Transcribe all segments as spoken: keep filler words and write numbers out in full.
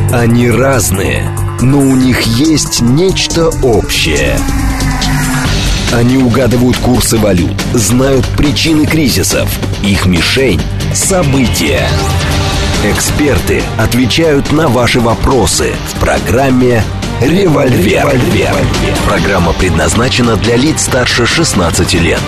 Они разные, но у них есть нечто общее. Они угадывают курсы валют, знают причины кризисов. Их мишень – события. Эксперты отвечают на ваши вопросы в программе «Револьвер». Револьвер. Программа предназначена для лиц старше шестнадцати лет.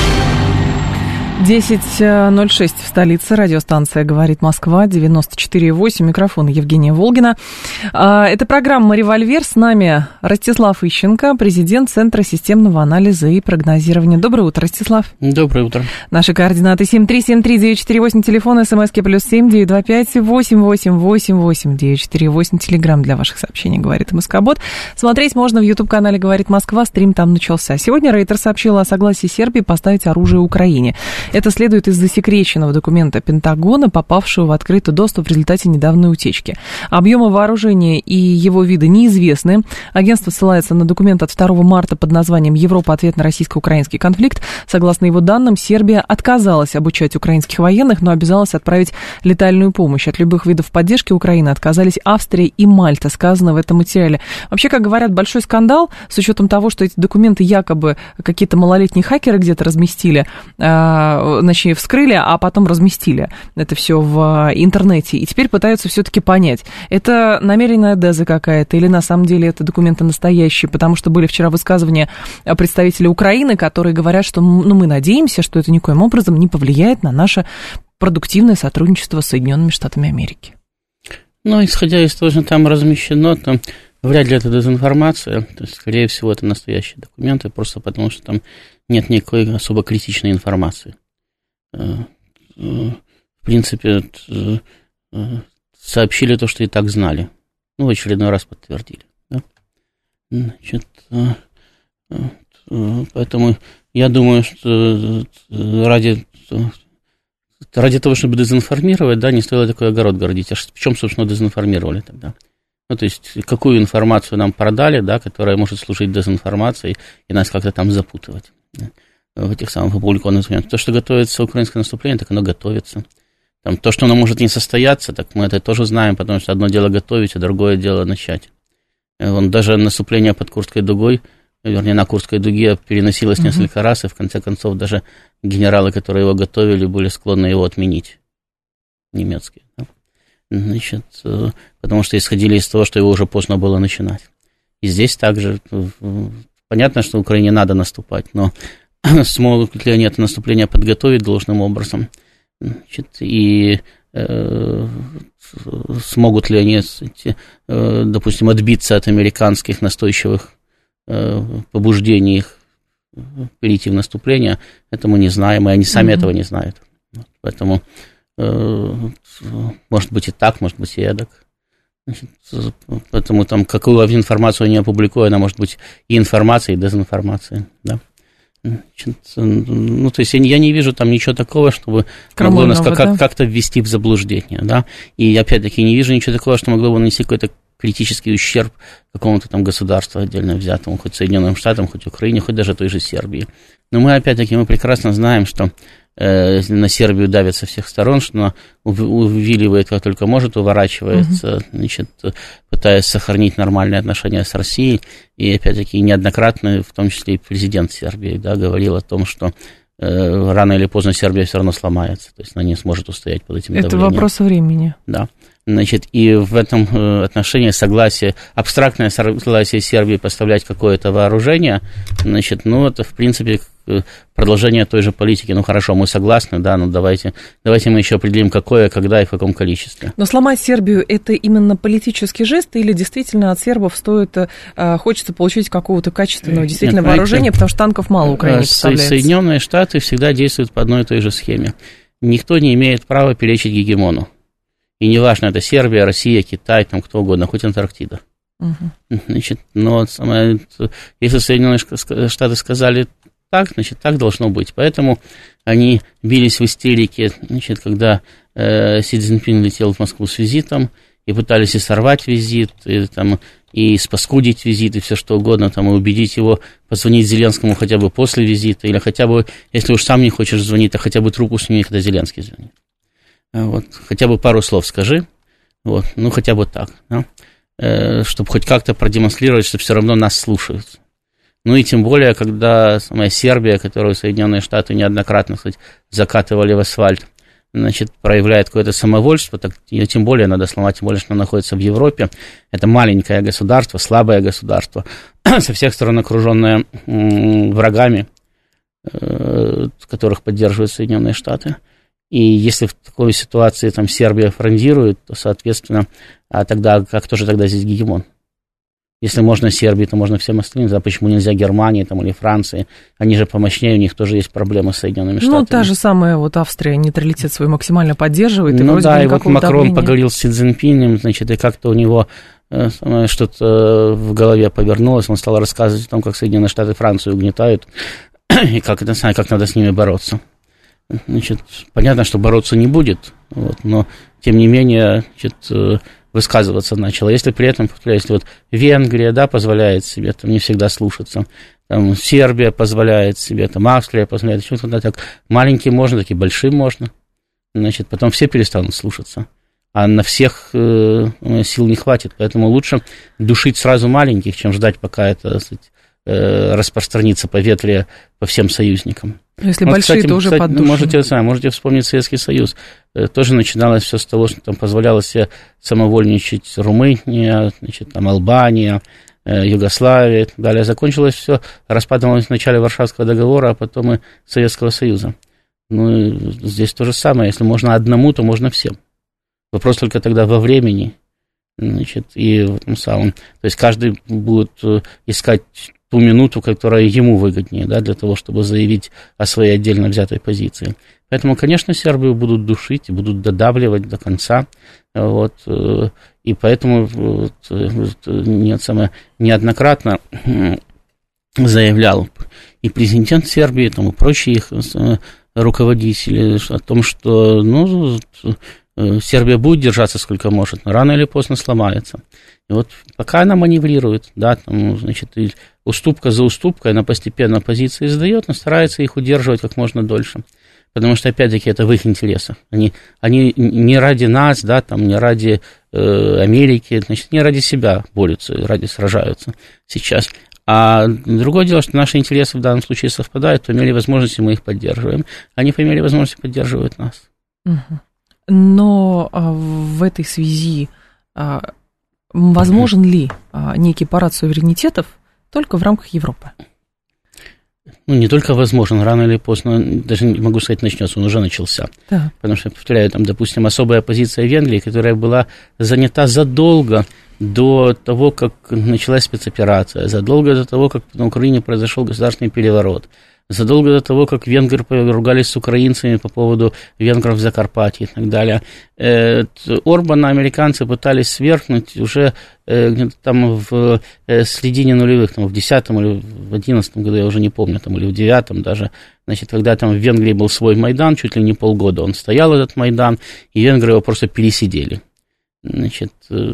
десять ноль шесть в столице. Радиостанция «Говорит Москва», девяносто четыре и восемь. Микрофон Евгения Волгина. Это программа «Револьвер». С нами Ростислав Ищенко, президент Центра системного анализа и прогнозирования. Доброе утро, Ростислав. Доброе утро. Наши координаты семь три семь три девять четыре восемь, телефон, смски плюс семь девять два пять восемь восемь восемь восемь девять четыре восемь, телеграмм для ваших сообщений «Говорит Москобот». Смотреть можно в YouTube-канале «Говорит Москва», стрим там начался. Сегодня Рейтер сообщила о согласии Сербии поставить оружие Украине. Это следует из засекреченного документа Пентагона, попавшего в открытый доступ в результате недавней утечки. Объемы вооружения и его виды неизвестны. Агентство ссылается на документ от второго марта под названием «Европа. Ответ на российско-украинский конфликт». Согласно его данным, Сербия отказалась обучать украинских военных, но обязалась отправить летальную помощь. От любых видов поддержки Украины отказались Австрия и Мальта, сказано в этом материале. Вообще, как говорят, большой скандал, с учетом того, что эти документы якобы какие-то малолетние хакеры где-то разместили, точнее, вскрыли, а потом разместили это все в интернете. И теперь пытаются все-таки понять, это намеренная деза какая-то или на самом деле это документы настоящие, потому что были вчера высказывания представителей Украины, которые говорят, что ну, мы надеемся, что это никоим образом не повлияет на наше продуктивное сотрудничество с Соединенными Штатами Америки. Ну, исходя из того, что там размещено, то вряд ли это дезинформация. То есть, скорее всего, это настоящие документы, просто потому что там нет никакой особо критичной информации. В принципе, сообщили то, что и так знали. Ну, в очередной раз подтвердили. Да? Значит, поэтому я думаю, что ради, ради того, чтобы дезинформировать, да, не стоило такой огород городить. А в чем, собственно, дезинформировали тогда? Ну, то есть, какую информацию нам продали, да, которая может служить дезинформацией и нас как-то там запутывать в этих самых опубликованных документах. То, что готовится украинское наступление, так оно готовится. Там, то, что оно может не состояться, так мы это тоже знаем, потому что одно дело готовить, а другое дело начать. Вон, даже наступление под Курской дугой, вернее, на Курской дуге переносилось uh-huh. несколько раз, и в конце концов даже генералы, которые его готовили, были склонны его отменить, немецкие. Да? Значит, потому что исходили из того, что его уже поздно было начинать. И здесь также понятно, что Украине надо наступать, но смогут ли они это наступление подготовить должным образом, значит, и э, смогут ли они, э, допустим, отбиться от американских настойчивых э, побуждений их перейти в наступление, это мы не знаем, и они сами mm-hmm. этого не знают. Поэтому, э, может быть и так, может быть и эдак. Значит, поэтому там какую информацию они опубликуют, она может быть и информацией, и дезинформацией, да. Значит, ну, то есть я не вижу там ничего такого, чтобы могло нас как- да? как-то ввести в заблуждение, да, и опять-таки не вижу ничего такого, что могло бы нанести какой-то критический ущерб какому-то там государству отдельно взятому, хоть Соединенным Штатам, хоть Украине, хоть даже той же Сербии. Но мы, опять-таки, мы прекрасно знаем, что э, на Сербию давят со всех сторон, что она увиливает как только может, уворачивается, uh-huh. значит, пытаясь сохранить нормальные отношения с Россией. И, опять-таки, неоднократно, в том числе и президент Сербии, да, говорил о том, что э, рано или поздно Сербия все равно сломается, то есть она не сможет устоять под этим давлением. Это вопрос времени. Да. Значит, и в этом отношении согласие, абстрактное согласие Сербии поставлять какое-то вооружение, значит, ну, это, в принципе, продолжение той же политики. Ну, хорошо, мы согласны, да, ну, давайте, давайте мы еще определим, какое, когда и в каком количестве. Но сломать Сербию – это именно политический жест или действительно от сербов стоит, хочется получить какого-то качественного действительно Нет, вооружения, знаете, потому что танков мало Украине поставляется? Соединенные Штаты всегда действуют по одной и той же схеме. Никто не имеет права перечить гегемону. И неважно, это Сербия, Россия, Китай, там кто угодно, хоть Антарктида. Uh-huh. Значит, но самое, если Соединенные Штаты сказали так, значит, так должно быть. Поэтому они бились в истерике, значит, когда э, Си Цзиньпин летел в Москву с визитом, и пытались и сорвать визит, и, там, и спаскудить визит, и все что угодно, там, и убедить его позвонить Зеленскому хотя бы после визита, или хотя бы, если уж сам не хочешь звонить, то хотя бы трубку сними, когда Зеленский звонит. Вот, хотя бы пару слов скажи, Вот, ну, хотя бы так, да? э, чтобы хоть как-то продемонстрировать, что все равно нас слушают. Ну и тем более, когда самая Сербия, которую Соединенные Штаты неоднократно, кстати, закатывали в асфальт, значит, проявляет какое-то самовольство, так ее тем более надо сломать, тем более, что она находится в Европе. Это маленькое государство, слабое государство, со всех сторон окруженное м- врагами, э- которых поддерживают Соединенные Штаты. И если в такой ситуации там Сербия фрондирует, то, соответственно, а тогда как тоже тогда здесь гегемон? Если можно Сербии, то можно всем остальным. Да, почему нельзя Германии там, или Франции? Они же помощнее, у них тоже есть проблемы с Соединенными Штатами. Ну, та же самая вот Австрия нейтралитет свой максимально поддерживает. И ну вроде да, бы и вот Макрон давления. поговорил с Си Цзиньпинем, значит, и как-то у него э, что-то в голове повернулось. Он стал рассказывать о том, как Соединенные Штаты Францию угнетают, и как, это, как надо с ними бороться. Значит, понятно, что бороться не будет, вот, но, тем не менее, значит, высказываться начало. Если при этом, если вот Венгрия, да, позволяет себе там не всегда слушаться, там Сербия позволяет себе, там Австрия позволяет, еще тогда так маленькие можно, так и большим можно, значит, потом все перестанут слушаться, а на всех э, сил не хватит, поэтому лучше душить сразу маленьких, чем ждать, пока это, так сказать, э, распространится поветрие по всем союзникам. Если вот, большие, кстати, то уже кстати, под душем. Можете, можете вспомнить Советский Союз. Тоже начиналось все с того, что там позволяло себе самовольничать Румыния, значит, там Албания, Югославия и так далее. Закончилось все распадом в начале Варшавского договора, а потом и Советского Союза. Ну, и здесь то же самое. Если можно одному, то можно всем. Вопрос только тогда во времени, значит, и в этом самом. То есть каждый будет искать ту минуту, которая ему выгоднее, да, для того, чтобы заявить о своей отдельно взятой позиции. Поэтому, конечно, Сербию будут душить и будут додавливать до конца. Вот, и поэтому вот, не, самое, неоднократно заявлял и президент Сербии, там, и прочие их руководители о том, что ну, Сербия будет держаться сколько может, но рано или поздно сломается. И вот пока она маневрирует, да, там, значит, уступка за уступкой, она постепенно позиции сдает, но старается их удерживать как можно дольше. Потому что, опять-таки, это в их интересах. Они, они не ради нас, да, там, не ради э, Америки, значит, не ради себя борются, ради сражаются сейчас. А другое дело, что наши интересы в данном случае совпадают, по мере возможности мы их поддерживаем, они по мере возможности поддерживают нас. Но а, в этой связи а, возможен ли а, некий парад суверенитетов только в рамках Европы? Ну, не только возможен, рано или поздно, даже не могу сказать, начнется, он уже начался. Да. Потому что, повторяю, там, допустим, особая позиция Венгрии, которая была занята задолго до того, как началась спецоперация, задолго до того, как на Украине произошел государственный переворот, задолго до того, как венгры ругались с украинцами по поводу венгров в Закарпатье и так далее. Орбана американцы пытались свергнуть уже где-то там в середине нулевых, там, в десятом или в одиннадцатом году, я уже не помню, там, или в девятом даже, значит, когда там в Венгрии был свой Майдан, чуть ли не полгода он стоял, этот Майдан, и венгры его просто пересидели. Значит,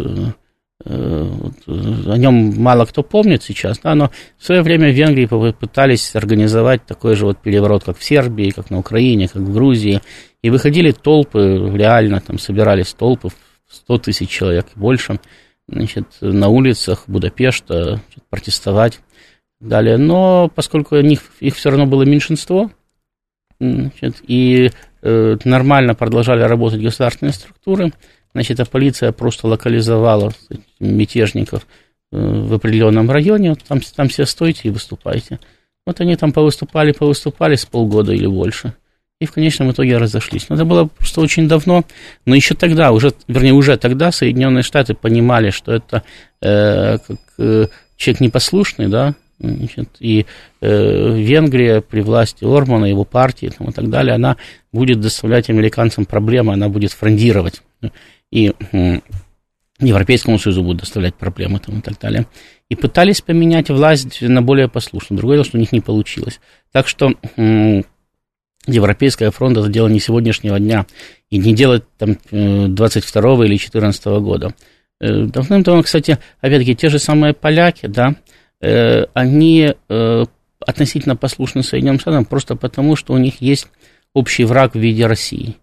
о нем мало кто помнит сейчас, да, но в свое время в Венгрии попытались организовать такой же вот переворот, как в Сербии, как на Украине, как в Грузии, и выходили толпы, реально там собирались толпы, сто тысяч человек и больше, значит, на улицах Будапешта протестовать и далее, но поскольку них, их все равно было меньшинство, значит, и э, нормально продолжали работать государственные структуры, значит, а полиция просто локализовала мятежников в определенном районе, там, там все стойте и выступайте. Вот они там повыступали, повыступали с полгода или больше, и в конечном итоге разошлись. Но это было просто очень давно, но еще тогда, уже, вернее, уже тогда Соединенные Штаты понимали, что это э, как, э, человек непослушный, да, значит, и э, Венгрия при власти Орбана, его партии там, и так далее, она будет доставлять американцам проблемы, она будет фрондировать. И Европейскому Союзу будут доставлять проблемы там, и так далее. И пытались поменять власть на более послушную. Другое дело, что у них не получилось. Так что м- Европейская фронт – это дело не сегодняшнего дня. И не дело там, двадцать второго или четырнадцатого года. Давным-давно, кстати, опять-таки, те же самые поляки, да, э, они э, относительно послушны Соединенным Штатам просто потому, что у них есть общий враг в виде России.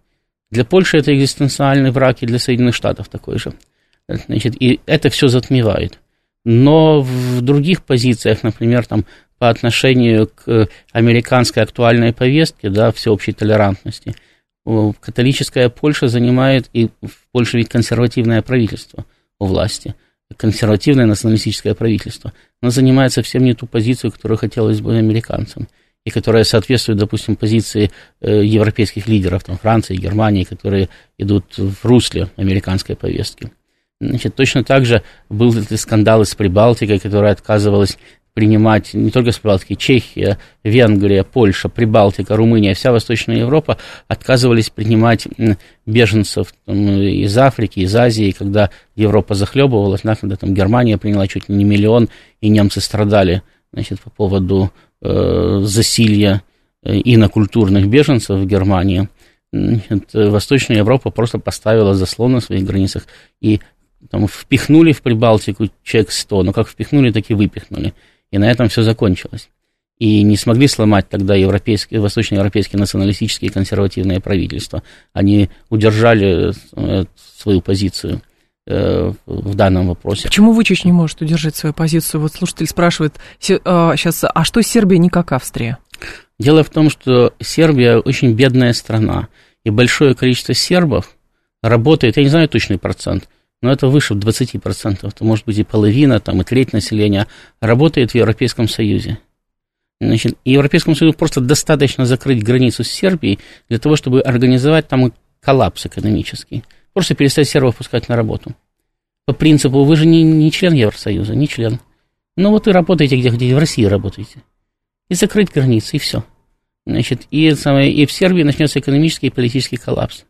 Для Польши это экзистенциальный враг, и для Соединенных Штатов такой же. Значит, и это все затмевает. Но в других позициях, например, там, по отношению к американской актуальной повестке, да, всеобщей толерантности, католическая Польша занимает, и в Польше ведь консервативное правительство у власти, консервативное националистическое правительство, оно занимает совсем не ту позицию, которую хотелось бы американцам, и которая соответствует, допустим, позиции европейских лидеров, там, Франции, Германии, которые идут в русле американской повестки. Значит, точно так же был этот скандал с Прибалтикой, которая отказывалась принимать не только с Прибалтики, Чехия, Венгрия, Польша, Прибалтика, Румыния, вся Восточная Европа отказывались принимать беженцев там, из Африки, из Азии, когда Европа захлебывалась, когда там Германия приняла чуть ли не миллион, и немцы страдали, значит, по поводу э, засилья инокультурных беженцев в Германии. Значит, Восточная Европа просто поставила заслон на своих границах и там впихнули в Прибалтику человек сто, но как впихнули, так и выпихнули. И на этом все закончилось. И не смогли сломать тогда европейские, восточноевропейские националистические консервативные правительства. Они удержали свою позицию в данном вопросе. Почему Вучич не может удержать свою позицию? Вот слушатель спрашивает сейчас, а что Сербия не как Австрия? Дело в том, что Сербия очень бедная страна, и большое количество сербов работает, я не знаю точный процент, но это выше двадцать процентов, это может быть и половина, там, и треть населения, работает в Европейском Союзе. Значит, и Европейскому Союзу просто достаточно закрыть границу с Сербией для того, чтобы организовать там коллапс экономический. Просто перестать сербов пускать на работу. По принципу, вы же не, не член Евросоюза, не член. Ну вот и работаете где, где в России работаете. И закрыть границы, и все. Значит, и, и в Сербии начнется экономический и политический коллапс.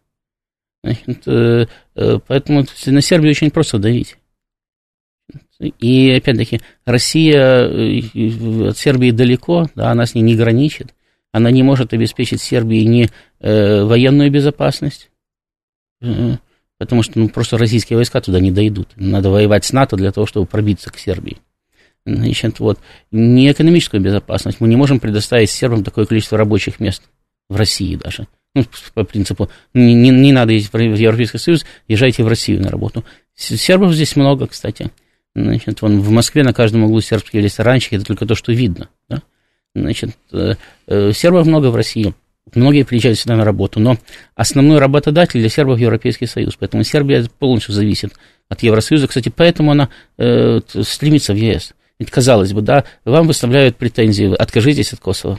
Значит, поэтому на Сербию очень просто давить. И, опять-таки, Россия от Сербии далеко, да, она с ней не граничит, она не может обеспечить Сербии ни военную безопасность, потому что ну, просто российские войска туда не дойдут. Надо воевать с НАТО для того, чтобы пробиться к Сербии. Значит, вот, не экономическую безопасность. Мы не можем предоставить сербам такое количество рабочих мест в России даже. Ну, по принципу, не, не, не надо ездить в Европейский Союз, езжайте в Россию на работу. Сербов здесь много, кстати. Значит, вон, в Москве на каждом углу сербские ресторанчики, это только то, что видно. Да? Значит, сербов много в России. Многие приезжают сюда на работу, но основной работодатель для сербов Европейский Союз, поэтому Сербия полностью зависит от Евросоюза. Кстати, поэтому она э, стремится в ЕС. Ведь, казалось бы, да, вам выставляют претензии, откажитесь от Косово.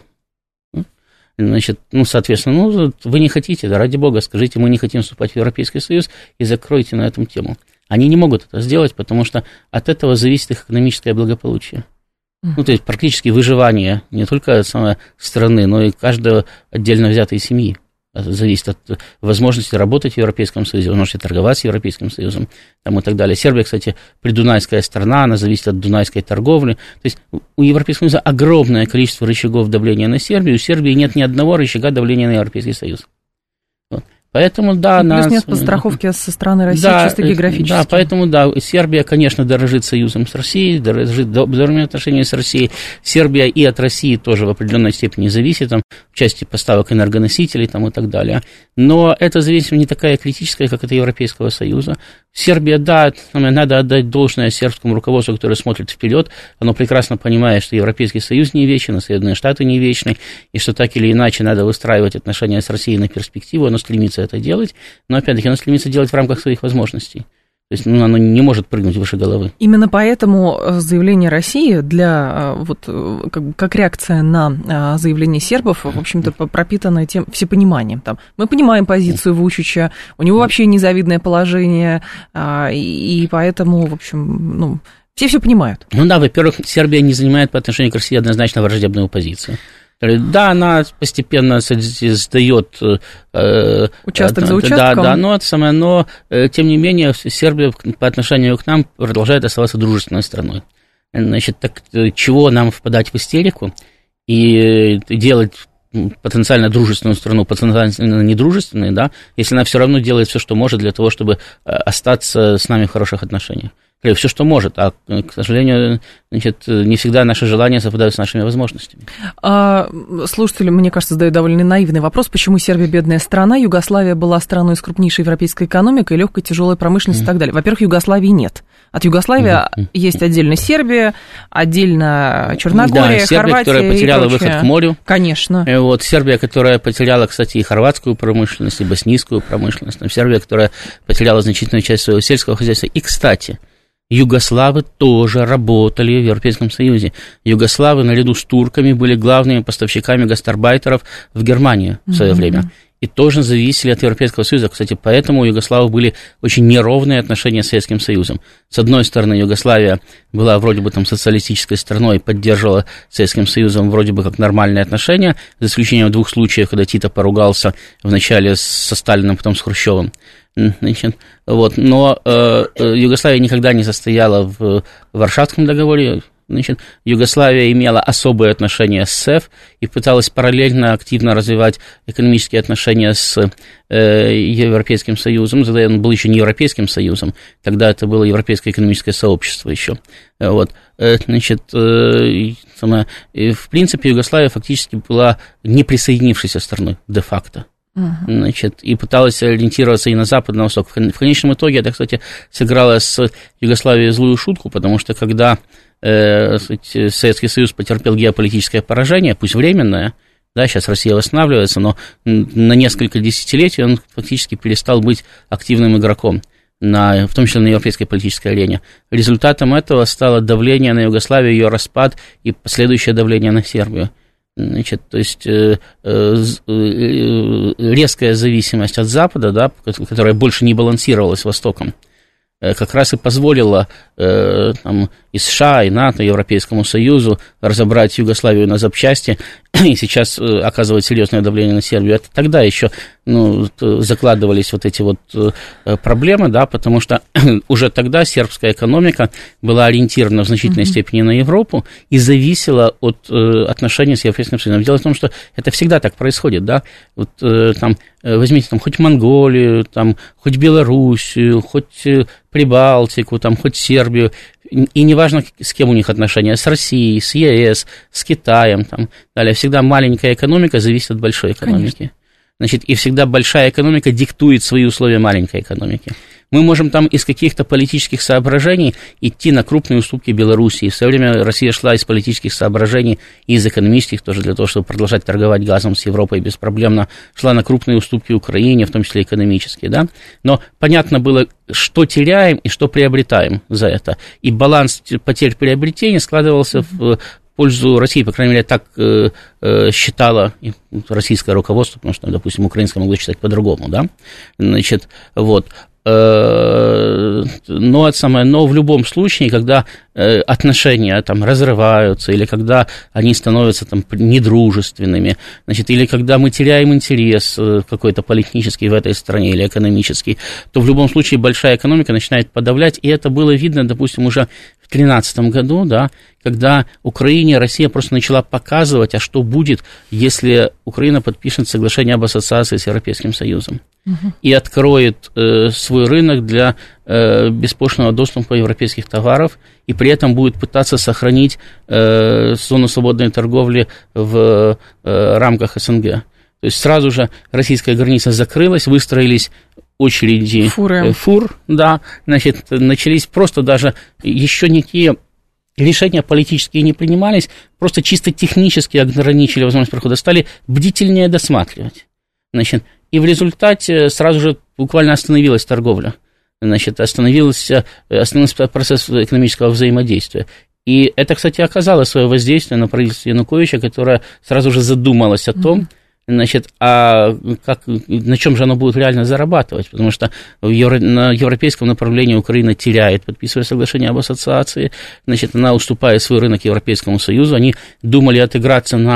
Значит, ну, соответственно, ну, вы не хотите, да, ради бога, скажите, мы не хотим вступать в Европейский Союз и закройте на этом тему. Они не могут это сделать, потому что от этого зависит их экономическое благополучие. Ну, то есть практически выживание не только самой страны, но и каждой отдельно взятой семьи. Зависит от возможности работать в Европейском Союзе, возможности торговать с Европейским Союзом там, и так далее. Сербия, кстати, придунайская страна, она зависит от дунайской торговли. То есть у Европейского Союза огромное количество рычагов давления на Сербию, у Сербии нет ни одного рычага давления на Европейский Союз. Вот. Поэтому, да, плюс нет подстраховки со стороны России, да, чисто географически. Да, поэтому, да, Сербия, конечно, дорожит союзом с Россией, дорожит добрыми отношениями с Россией. Сербия и от России тоже в определенной степени зависит, там, в части поставок энергоносителей там, и так далее. Но эта зависимость не такая критическая, как от Европейского Союза. Сербия, да, надо отдать должное сербскому руководству, которое смотрит вперед. Оно прекрасно понимает, что Европейский Союз не вечен, а Соединенные Штаты не вечны, и что так или иначе надо выстраивать отношения с Россией на перспективу. Оно стремится это делать, но, опять-таки, оно стремится делать в рамках своих возможностей. То есть ну, оно не может прыгнуть выше головы. Именно поэтому заявление России для, вот, как, как реакция на заявление сербов, в общем-то, пропитано тем всепониманием. Там, мы понимаем позицию Вучича, у него вообще незавидное положение, и поэтому, в общем, ну, все все понимают. Ну да, во-первых, Сербия не занимает по отношению к России однозначно враждебную позицию. Да, она постепенно сдает э, участок э, за участком. Да, да, но это самое, но э, тем не менее Сербия по отношению к нам продолжает оставаться дружественной страной. Значит, так чего нам впадать в истерику и делать потенциально дружественную страну потенциально недружественной, да, если она все равно делает все, что может для того, чтобы остаться с нами в хороших отношениях. все, что может, а, к сожалению, значит, не всегда наши желания совпадают с нашими возможностями. А, слушатели, мне кажется, задают довольно наивный вопрос, почему Сербия бедная страна, Югославия была страной с крупнейшей европейской экономикой, легкой, тяжелой промышленностью mm-hmm. и так далее. Во-первых, Югославии нет. От Югославии mm-hmm. есть отдельно Сербия, отдельно Черногория, да, Сербия, Хорватия которая потеряла и выход к морю. Конечно. Вот, Сербия, которая потеряла, кстати, и хорватскую промышленность, и боснийскую промышленность. Сербия, которая потеряла значительную часть своего сельского хозяйства. И, кстати, югославы тоже работали в Европейском Союзе. Югославы наряду с турками были главными поставщиками гастарбайтеров в Германию в свое mm-hmm. время. И тоже зависели от Европейского Союза. Кстати, поэтому у югославов были очень неровные отношения с Советским Союзом. С одной стороны, Югославия была вроде бы там социалистической страной, поддерживала Советским Союзом вроде бы как нормальные отношения, за исключением двух случаев, когда Тито поругался вначале со Сталиным, потом с Хрущевым. Значит, вот, но э, Югославия никогда не состояла в Варшавском договоре. Значит, Югославия имела особые отношения с СЭФ и пыталась параллельно активно развивать экономические отношения с э, Европейским Союзом. Тогда он был еще не Европейским Союзом, тогда это было Европейское экономическое сообщество еще. Вот. Значит, э, сама, в принципе, Югославия фактически была не присоединившейся страной де-факто. Uh-huh. Значит, и пыталась ориентироваться и на запад, и на восток. В конечном итоге это, кстати, сыграло с Югославией злую шутку, потому что когда э, Советский Союз потерпел геополитическое поражение, пусть временное, да, сейчас Россия восстанавливается, но на несколько десятилетий он фактически перестал быть активным игроком, на, в том числе на европейской политической арене. Результатом этого стало давление на Югославию, ее распад и последующее давление на Сербию. Значит, то есть э, э, резкая зависимость от Запада, да, которая больше не балансировалась с Востоком, э, как раз и позволила э, там, и США, и НАТО, и Европейскому Союзу разобрать Югославию на запчасти и сейчас э, оказывать серьезное давление на Сербию. Это тогда еще ну, закладывались вот эти вот э, проблемы, да, потому что уже тогда сербская экономика была ориентирована в значительной mm-hmm. степени на Европу и зависела от э, отношений с Европейским Союзом. Дело в том, что это всегда так происходит, да, вот э, там, возьмите там хоть Монголию, там, хоть Белоруссию, хоть Прибалтику, там, хоть Сербию, и неважно, с кем у них отношения, с Россией, с ЕС, с Китаем, там, далее, всегда маленькая экономика зависит от большой экономики. Конечно. Значит, и всегда большая экономика диктует свои условия маленькой экономики. Мы можем там из каких-то политических соображений идти на крупные уступки Белоруссии. В свое время Россия шла из политических соображений и из экономических тоже для того, чтобы продолжать торговать газом с Европой беспроблемно. Шла на крупные уступки Украине, в том числе экономические, да. Но понятно было, что теряем и что приобретаем за это. И баланс потерь-приобретений складывался mm-hmm. в пользу России, по крайней мере, так э, э, считало российское руководство, потому что, допустим, украинское могло считать по-другому, да. Значит, вот. Но, это самое, но в любом случае, когда отношения там разрываются, или когда они становятся там недружественными, значит, или когда мы теряем интерес какой-то политический в этой стране или экономический, то в любом случае большая экономика начинает подавлять, и это было видно, допустим, уже в две тысячи тринадцатом году, да, когда Украине Россия просто начала показывать, а что будет, если Украина подпишет соглашение об ассоциации с Европейским Союзом угу. и откроет э, свой рынок для э, беспошлинного доступа европейских товаров, и при этом будет пытаться сохранить э, зону свободной торговли в э, рамках СНГ. То есть сразу же российская граница закрылась, выстроились очереди Фуры. фур, да, значит, начались просто даже еще никакие решения политические не принимались, просто чисто технически ограничили возможность прохода, стали бдительнее досматривать, значит, и в результате сразу же буквально остановилась торговля, значит, остановился, остановился процесс экономического взаимодействия. И это, кстати, оказало свое воздействие на правительство Януковича, которое сразу же задумалось о том, значит, а как, на чем же оно будет реально зарабатывать? Потому что в евро, на европейском направлении Украина теряет, подписывая соглашение об ассоциации, значит, она уступает свой рынок Европейскому Союзу. Они думали отыграться на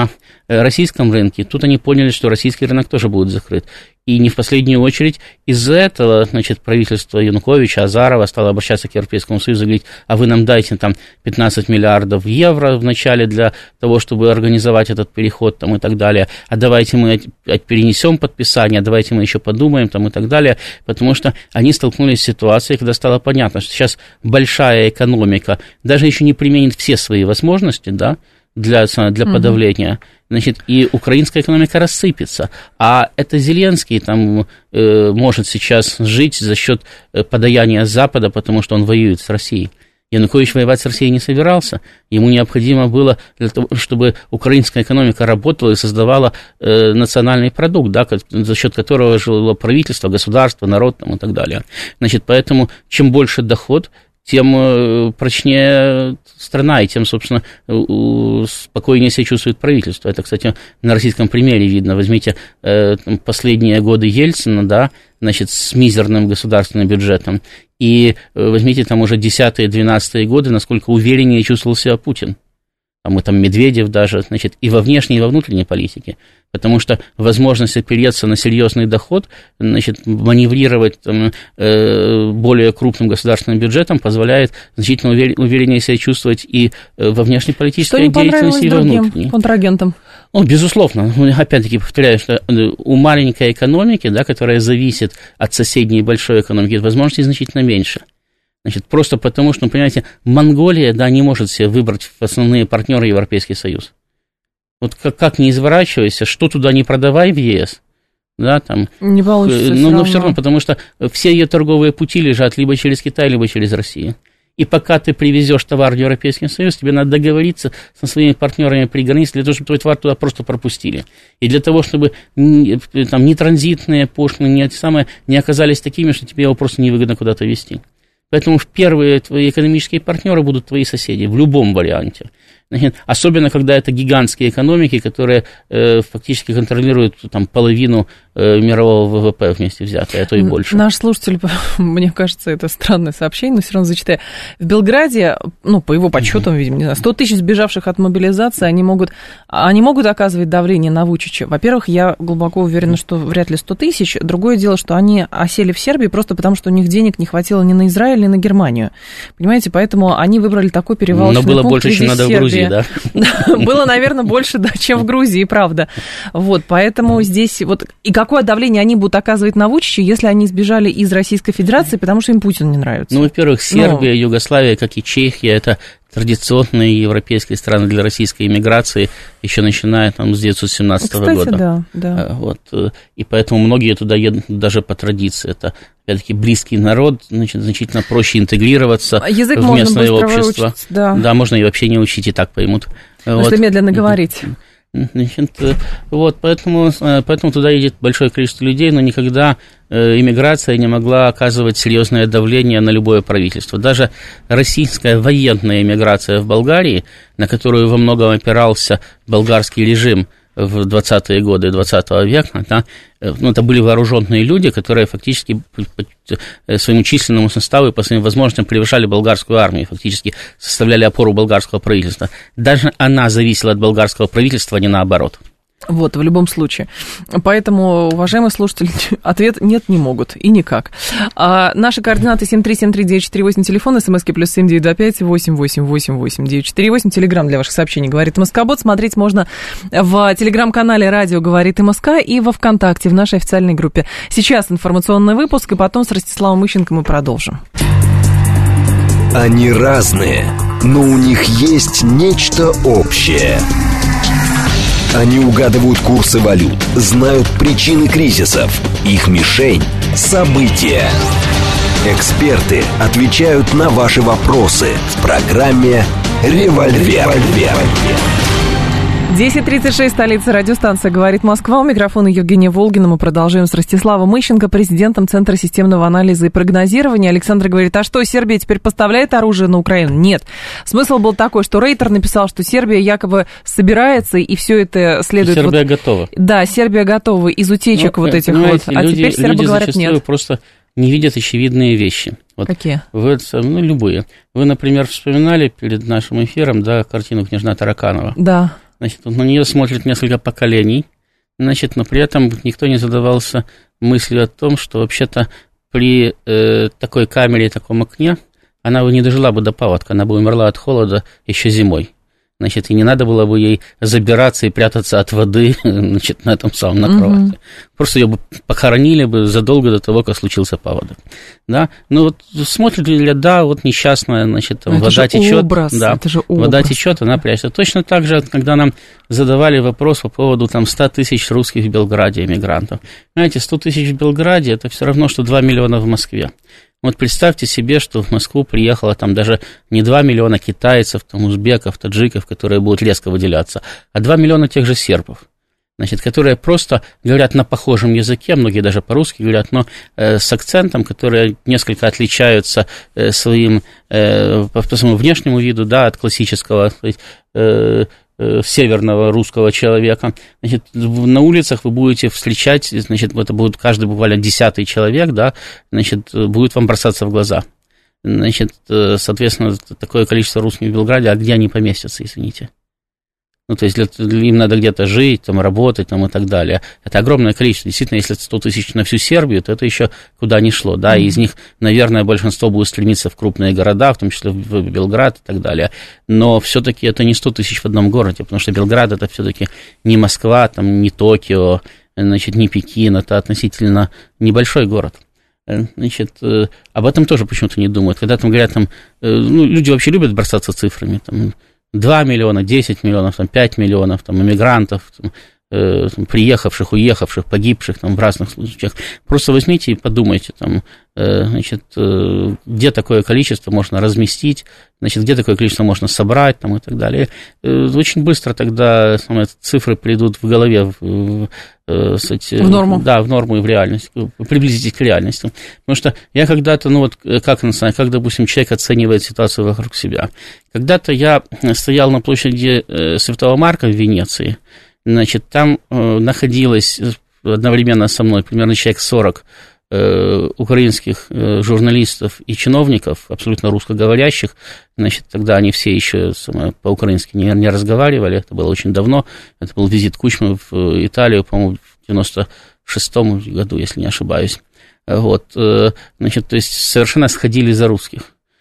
российском рынке, тут они поняли, что российский рынок тоже будет закрыт. И не в последнюю очередь из-за этого, значит, правительство Януковича, Азарова стало обращаться к Европейскому Союзу и говорить, а вы нам дайте там пятнадцать миллиардов евро в начале для того, чтобы организовать этот переход там, и так далее, а давайте мы перенесем подписание, а давайте мы еще подумаем там, и так далее, потому что они столкнулись с ситуацией, когда стало понятно, что сейчас большая экономика даже еще не применит все свои возможности, да, для, для подавления, значит, и украинская экономика рассыпется. А это Зеленский там э, может сейчас жить за счет подаяния Запада, потому что он воюет с Россией. Янукович воевать с Россией не собирался. Ему необходимо было, для того, чтобы украинская экономика работала и создавала э, национальный продукт, да, за счет которого жило правительство, государство, народ там, и так далее. Значит, поэтому чем больше доход, тем прочнее страна, и тем, собственно, спокойнее себя чувствует правительство. Это, кстати, на российском примере видно. Возьмите последние годы Ельцина, да, значит, с мизерным государственным бюджетом, и возьмите там уже десятые-двенадцатые годы, насколько увереннее чувствовал себя Путин. Там и там Медведев даже, значит, и во внешней, и во внутренней политике. Потому что возможность опереться на серьезный доход, значит, маневрировать там, э, более крупным государственным бюджетом позволяет значительно увереннее себя чувствовать и во внешнеполитической деятельности, и во внутренней. Контрагентам? Ну, безусловно. Опять-таки повторяю, что у маленькой экономики, да, которая зависит от соседней большой экономики, возможностей значительно меньше. Значит, просто потому, что, понимаете, Монголия, да, не может себе выбрать в основные партнеры Европейский Союз. Вот как, как не изворачивайся, что туда не продавай в ЕС, да, там... Не получится но, но все равно, потому что все ее торговые пути лежат либо через Китай, либо через Россию. И пока ты привезешь товар в Европейский Союз, тебе надо договориться со своими партнерами при границе для того, чтобы твой товар туда просто пропустили. И для того, чтобы там ни транзитные пошлины, ни, самые, не оказались такими, что тебе его просто невыгодно куда-то везти. Поэтому первые твои экономические партнеры будут твои соседи в любом варианте. Значит, особенно, когда это гигантские экономики, которые э, фактически контролируют там, половину э, мирового ВВП вместе взятое, а то и больше. Наш слушатель, мне кажется, это странное сообщение, но все равно зачитаю. В Белграде, ну, по его подсчетам, mm-hmm. видимо, не знаю, сто тысяч сбежавших от мобилизации, они могут, они могут оказывать давление на Вучича. Во-первых, я глубоко уверена, что вряд ли сто тысяч. Другое дело, что они осели в Сербии просто потому, что у них денег не хватило ни на Израиль, ни на Германию. Понимаете, поэтому они выбрали такой перевалочный пункт. Но было больше, чем надо в Грузии. Да? Было, наверное, больше, да, чем в Грузии, правда. Вот, поэтому здесь вот... И какое давление они будут оказывать на Вучича, если они сбежали из Российской Федерации, потому что им Путин не нравится? Ну, во-первых, Сербия, Но... Югославия, как и Чехия, это традиционные европейские страны для российской иммиграции, еще начиная там с девятьсот семнадцатого года. Да, да. Вот, и поэтому многие туда едут даже по традиции. Это, опять-таки, близкий народ, значит, значительно проще интегрироваться Язык в местное общество. Выучить, да. да, можно и вообще не учить, и так поймут. Если вот. медленно говорить. Значит, вот, поэтому, поэтому туда едет большое количество людей, но никогда иммиграция не могла оказывать серьезное давление на любое правительство. Даже российская военная иммиграция в Болгарии, на которую во многом опирался болгарский режим в двадцатые годы двадцатого века, да, ну, это были вооруженные люди, которые фактически по своему численному составу и по своим возможностям превышали болгарскую армию, фактически составляли опору болгарского правительства. Даже она зависела от болгарского правительства, а не наоборот. Вот, в любом случае. Поэтому, уважаемые слушатели, ответ нет, не могут и никак. А наши координаты семь три семь три девять четыре восемь, телефон, смски плюс семь девять два пять восемь восемь восемь восемь девять четыре восемь, телеграмм для ваших сообщений «Говорит МСК-бот». Смотреть можно в телеграм-канале «Радио говорит МСК» и во ВКонтакте, в нашей официальной группе. Сейчас информационный выпуск, и потом с Ростиславом Ищенко мы продолжим. Они разные, но у них есть нечто общее. Они угадывают курсы валют, знают причины кризисов. Их мишень – события. Эксперты отвечают на ваши вопросы в программе «Револьвер». десять тридцать шесть, столица, радиостанция «Говорит Москва». У микрофона Евгения Волгина. Мы продолжаем с Ростиславом Ищенко, президентом Центра системного анализа и прогнозирования. Александр говорит, а что, Сербия теперь поставляет оружие на Украину? Нет. Смысл был такой, что Рейтер написал, что Сербия якобы собирается, и все это следует... Сербия вот... готова. Да, Сербия готова из утечек ну, вот этих вот. А люди, теперь сербы люди говорят нет. Просто не видят очевидные вещи. Вот какие? Вы, ну, любые. Вы, например, вспоминали перед нашим эфиром, да, картину «Княжна Тараканова». Да. Значит, на нее смотрит несколько поколений, значит, но при этом никто не задавался мыслью о том, что вообще-то при э, такой камере, таком окне, она бы не дожила бы до паводка, она бы умерла от холода еще зимой. Значит, и не надо было бы ей забираться и прятаться от воды, значит, на этом самом, на кровати. Угу. Просто ее бы похоронили бы задолго до того, как случился паводок. Да? Ну вот смотрит ли, да, вот несчастная, значит, там, вода течет. Образ, да, это же образ. Вода течет, она прячется. Точно так же, когда нам задавали вопрос по поводу там ста тысяч русских в Белграде, эмигрантов. Знаете, сто тысяч в Белграде, это все равно, что два миллиона в Москве. Вот представьте себе, что в Москву приехало там даже не два миллиона китайцев, там, узбеков, таджиков, которые будут резко выделяться, а два миллиона тех же сербов, значит, которые просто говорят на похожем языке, многие даже по-русски говорят, но э, с акцентом, которые несколько отличаются э, своим, э, по, по своему внешнему виду, да, от классического, то есть, э, северного русского человека. Значит, на улицах вы будете встречать, значит, это будет каждый буквально десятый человек, да, значит, будет вам бросаться в глаза. Значит, соответственно, такое количество русских в Белграде, а где они поместятся, извините? Ну, то есть им надо где-то жить, там, работать, там, и так далее. Это огромное количество. Действительно, если сто тысяч на всю Сербию, то это еще куда ни шло, да, и из них, наверное, большинство будет стремиться в крупные города, в том числе в Белград и так далее. Но все-таки это не сто тысяч в одном городе, потому что Белград это все-таки не Москва, там, не Токио, значит, не Пекин, это относительно небольшой город. Значит, об этом тоже почему-то не думают. Когда там говорят, там, ну, люди вообще любят бросаться цифрами, там, два миллиона, десять миллионов, там, пять миллионов там, иммигрантов, там, э, там, приехавших, уехавших, погибших там, в разных случаях. Просто возьмите и подумайте, там, э, значит, э, где такое количество можно разместить, значит, где такое количество можно собрать там, и так далее. Э, очень быстро тогда самые цифры придут в голове в, э, кстати, в норму. Да, в норму и в реальность, приблизитесь к реальности. Потому что я когда-то, ну вот, как, как, допустим, человек оценивает ситуацию вокруг себя. Когда-то я стоял на площади Святого Марка в Венеции, значит, там э, находилось одновременно со мной примерно человек сорок э, украинских э, журналистов и чиновников, абсолютно русскоговорящих, значит, тогда они все еще самое, по-украински не, не разговаривали, это было очень давно, это был визит Кучмы в Италию, по-моему, в девяносто шестом году, если не ошибаюсь, вот, э, значит, то есть совершенно сходили за русских,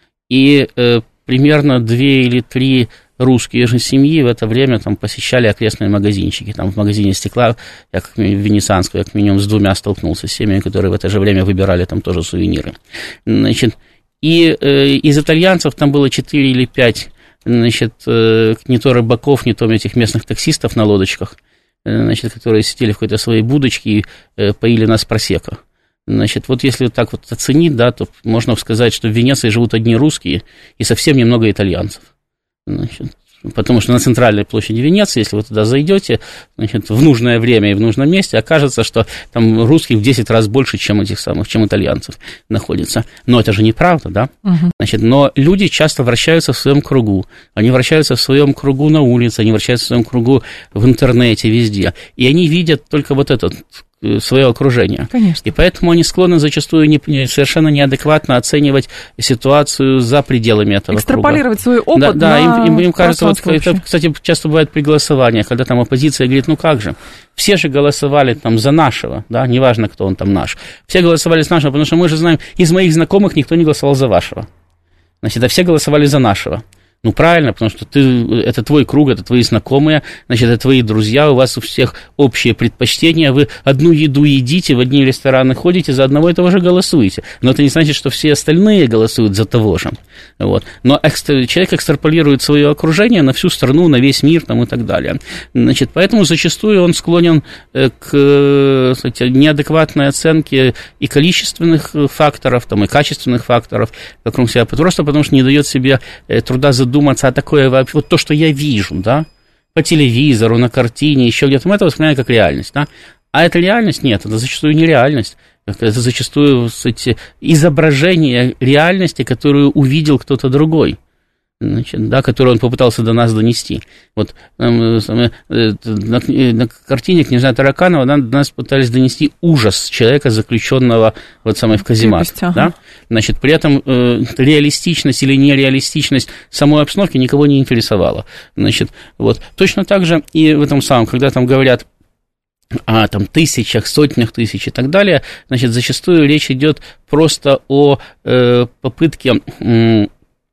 и э, примерно две или три русские же семьи в это время там посещали окрестные магазинчики. Там в магазине стекла, я как в Венецианском, я как минимум с двумя столкнулся, с семьями, которые в это же время выбирали там тоже сувениры. Значит, и э, из итальянцев там было четыре или пять, значит, э, не то рыбаков, не то этих местных таксистов на лодочках, э, значит, которые сидели в какой-то своей будочке и э, поили нас просекко. Значит, вот если так вот оценить, да, то можно сказать, что в Венеции живут одни русские и совсем немного итальянцев. Значит, потому что на центральной площади Венеции, если вы туда зайдете, значит, в нужное время и в нужном месте, окажется, что там русских в десять раз больше, чем этих самых, чем итальянцев находится. Но это же неправда, да? Угу. Значит, но люди часто вращаются в своем кругу. Они вращаются в своем кругу на улице, они вращаются в своем кругу в интернете, везде. И они видят только вот этот свое окружение. Конечно. И поэтому они склонны зачастую не, совершенно неадекватно оценивать ситуацию за пределами этого экстраполировать круга. свой опыт. Да, да, на им, им кажется, вот, это, кстати, часто бывает при голосованиях, когда там оппозиция говорит, ну как же, все же голосовали там за нашего, да, неважно, кто он там наш. Все голосовали за нашего, потому что мы же знаем, из моих знакомых никто не голосовал за вашего. Значит, а все голосовали за нашего. Ну, правильно, потому что ты, это твой круг, это твои знакомые, значит, это твои друзья, у вас у всех общие предпочтения, вы одну еду едите, в одни рестораны ходите, за одного и того же голосуете. Но это не значит, что все остальные голосуют за того же. Вот. Но экстра, человек экстраполирует свое окружение на всю страну, на весь мир там, и так далее. Значит, поэтому зачастую он склонен к, кстати, неадекватной оценке и количественных факторов, там, и качественных факторов вокруг себя, просто потому что не дает себе труда задуматься, думаться, а такое вообще, вот то, что я вижу, да, по телевизору, на картине, еще где-то, мы это воспринимаем как реальность, да, а это реальность? Нет, это зачастую не реальность, это зачастую, кстати, изображение реальности, которую увидел кто-то другой. значит, да, которую он попытался до нас донести. Вот на, на картине «Княжна Тараканова» до нас пытались донести ужас человека, заключенного вот самой в каземат. Ага. Да? Значит, при этом э, реалистичность или нереалистичность самой обстановки никого не интересовала. Значит, вот. Точно так же и в этом самом, когда там говорят о там, тысячах, сотнях тысяч и так далее, значит, зачастую речь идет просто о э, попытке... Э,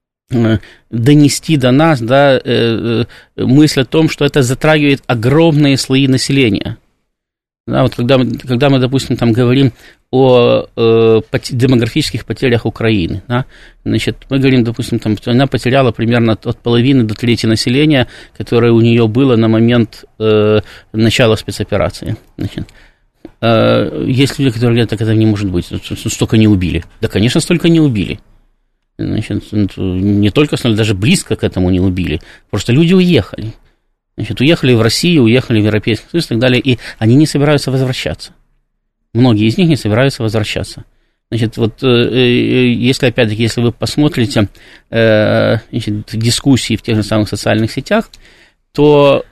донести до нас, да, э, э, мысль о том, что это затрагивает огромные слои населения. Да, вот когда мы, когда мы, допустим, там говорим о э, демографических потерях Украины, да, значит, мы говорим, допустим, там, что она потеряла примерно от половины до трети населения, которое у нее было на момент э, начала спецоперации. Значит, э, есть люди, которые говорят, так это не может быть, столько не убили. Да, конечно, столько не убили. Значит, не только, даже близко к этому не убили. Просто люди уехали. Значит, уехали в Россию, уехали в Европейский Союз и так далее, и они не собираются возвращаться. Многие из них не собираются возвращаться. Значит, вот если, опять-таки, если вы посмотрите значит, дискуссии в тех же самых социальных сетях, то,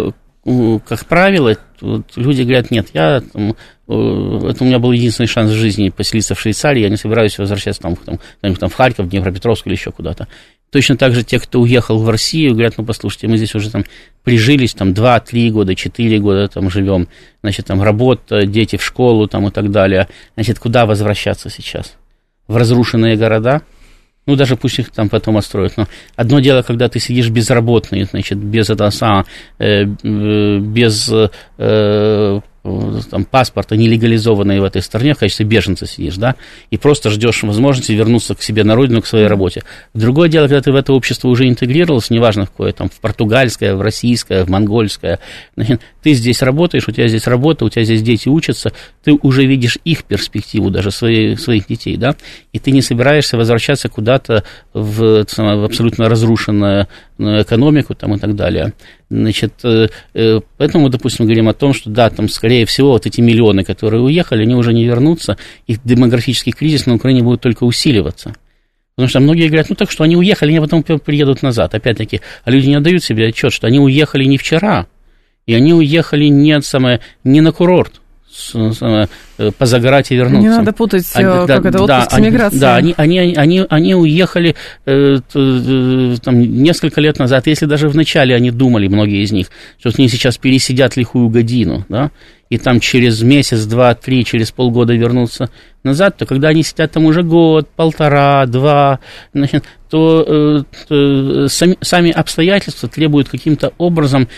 как правило, вот люди говорят, нет, я, там, это у меня был единственный шанс в жизни поселиться в Швейцарии, я не собираюсь возвращаться там, там, там, в Харьков, Днепропетровск или еще куда-то. Точно так же те, кто уехал в Россию, говорят, ну, послушайте, мы здесь уже там прижились, там, два-три года, четыре года там живем, значит, там, работа, дети в школу, там, и так далее. Значит, куда возвращаться сейчас? В разрушенные города? Ну, даже пусть их там потом отстроят. Но одно дело, когда ты сидишь безработный, значит, без этого самого, э, без э, там, паспорта, нелегализованный в этой стране, в качестве беженца сидишь, да, и просто ждешь возможности вернуться к себе на родину, к своей работе. Другое дело, когда ты в это общество уже интегрировался, неважно в какое, там, в португальское, в российское, в монгольское, значит, ты здесь работаешь, у тебя здесь работа, у тебя здесь дети учатся, ты уже видишь их перспективу, даже своих, своих детей, да, и ты не собираешься возвращаться куда-то в, в абсолютно разрушенную экономику, там, и так далее. Значит, поэтому, допустим, говорим о том, что да, там, скорее всего, вот эти миллионы, которые уехали, они уже не вернутся, их демографический кризис на Украине будет только усиливаться. Потому что многие говорят, ну так что они уехали, они потом приедут назад. Опять-таки, а люди не отдают себе отчет, что они уехали не вчера, и они уехали не, самое, не на курорт, самое, позагорать и вернуться. Не надо путать, они, как да, это, отпуск да, с миграцией. Да, они, они, они, они уехали э, э, там, несколько лет назад, если даже вначале они думали, многие из них, что они сейчас пересидят лихую годину, да, и там через месяц, два, три, через полгода вернутся назад, то когда они сидят там уже год, полтора, два, значит, то, э, то сами, сами обстоятельства требуют каким-то образом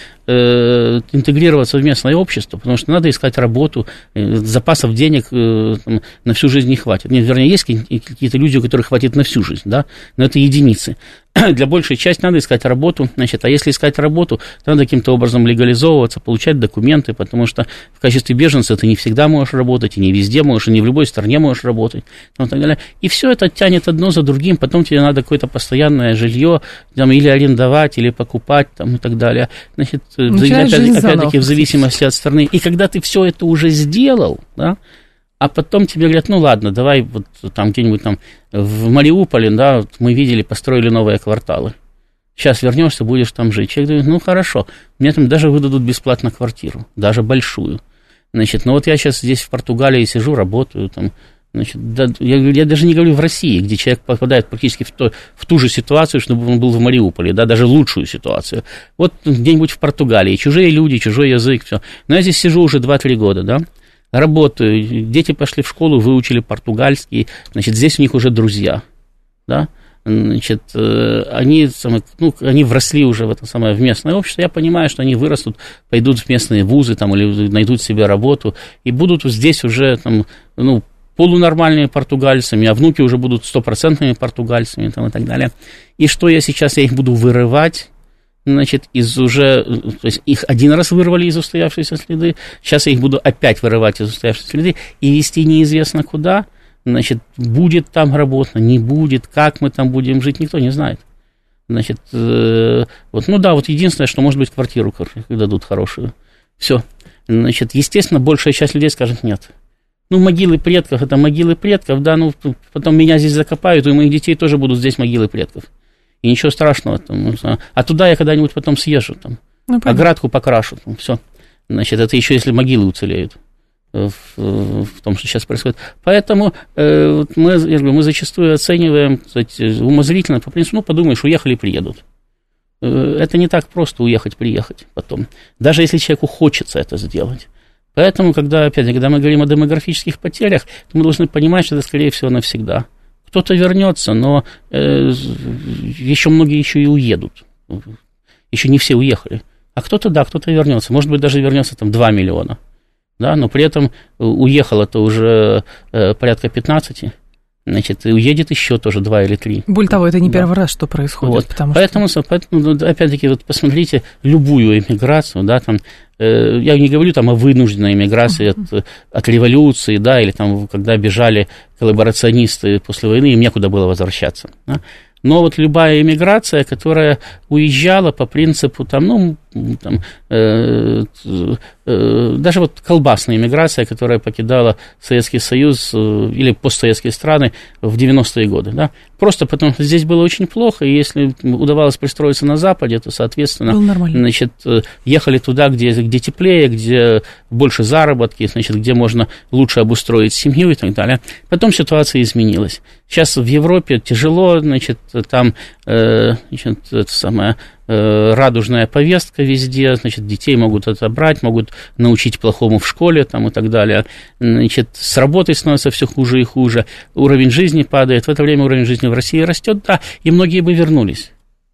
э, интегрироваться в местное общество, потому что надо искать работу, э, запасов денег э, там, на всю жизнь не хватит. Нет, вернее, есть какие-то люди, у которых хватит на всю жизнь, да, но это единицы. Для большей части надо искать работу, значит, а если искать работу, то надо каким-то образом легализовываться, получать документы, потому что в качестве беженца ты не всегда можешь работать, и не везде можешь, и не в любой стране можешь работать, ну, и так далее. И все это тянет одно за другим, потом тебе надо какое-то постоянное жилье, там, или арендовать, или покупать, там, и так далее. Значит, опять, опять-таки, в зависимости от страны. И когда ты все это уже сделал, да, а потом тебе говорят, ну ладно, давай вот там где-нибудь там в Мариуполе, да, вот мы видели, построили новые кварталы. Сейчас вернешься, будешь там жить. Человек говорит, ну хорошо, мне там даже выдадут бесплатно квартиру, даже большую. Значит, ну вот я сейчас здесь в Португалии сижу, работаю там. Значит, да, я, я даже не говорю в России, где человек попадает практически в, то, в ту же ситуацию, чтобы он был в Мариуполе, да, даже лучшую ситуацию. Вот где-нибудь в Португалии, чужие люди, чужой язык, все. Но я здесь сижу уже два-три года, да. Работаю, дети пошли в школу, выучили португальский, значит, здесь у них уже друзья, да, значит, они, ну, они вросли уже в это самое, в местное общество, я понимаю, что они вырастут, пойдут в местные вузы, там, или найдут себе работу, и будут здесь уже, там, ну, полунормальными португальцами, а внуки уже будут стопроцентными португальцами, там, и так далее. И что я сейчас, я их буду вырывать, значит, из уже, то есть их один раз вырвали из устоявшейся среды, сейчас я их буду опять вырывать из устоявшейся среды и везти неизвестно куда, значит, будет там работа, не будет, как мы там будем жить, никто не знает. Значит, э, вот, ну да, вот единственное, что, может быть, квартиру дадут хорошую, все. Значит, естественно, большая часть людей скажет нет. Ну, могилы предков, это могилы предков, да, ну, потом меня здесь закопают, и у моих детей тоже будут здесь могилы предков. И ничего страшного. Там, а туда я когда-нибудь потом съезжу, там, ну, оградку покрашу, там, все. Значит, это еще если могилы уцелеют в, в том, что сейчас происходит. Поэтому э, мы, я говорю, мы зачастую оцениваем, кстати, умозрительно, по принципу, ну, подумаешь, уехали, приедут. Это не так просто уехать, приехать потом. Даже если человеку хочется это сделать. Поэтому, когда, опять, когда мы говорим о демографических потерях, то мы должны понимать, что это, скорее всего, навсегда. Кто-то вернется, но э, еще многие еще и уедут. Еще не все уехали. А кто-то, да, кто-то вернется. Может быть, даже вернется там два миллиона. Да, но при этом уехало-то уже э, порядка пятнадцати. Значит, уедет еще тоже два или три. Более того, это не первый да. раз, что происходит. Вот. Потому поэтому, что... поэтому, опять-таки, вот посмотрите любую эмиграцию, да, там, э, я не говорю там о вынужденной эмиграции uh-huh. от, от революции, да, или там, когда бежали коллаборационисты после войны, им некуда было возвращаться, да. Но вот любая эмиграция, которая уезжала по принципу, там, ну, там, э, э, даже вот колбасная эмиграция, которая покидала Советский Союз э, или постсоветские страны в девяностые годы, да, просто потому что здесь было очень плохо, и если удавалось пристроиться на Западе, то, соответственно, значит, ехали туда, где, где теплее, где больше заработки, значит, где можно лучше обустроить семью и так далее. Потом ситуация изменилась. Сейчас в Европе тяжело, значит, там, э, значит, это самое, э, радужная повестка везде, значит, детей могут отобрать, могут научить плохому в школе, там, и так далее. Значит, с работой становится все хуже и хуже, уровень жизни падает, в это время уровень жизни в России растет, да, и многие бы вернулись.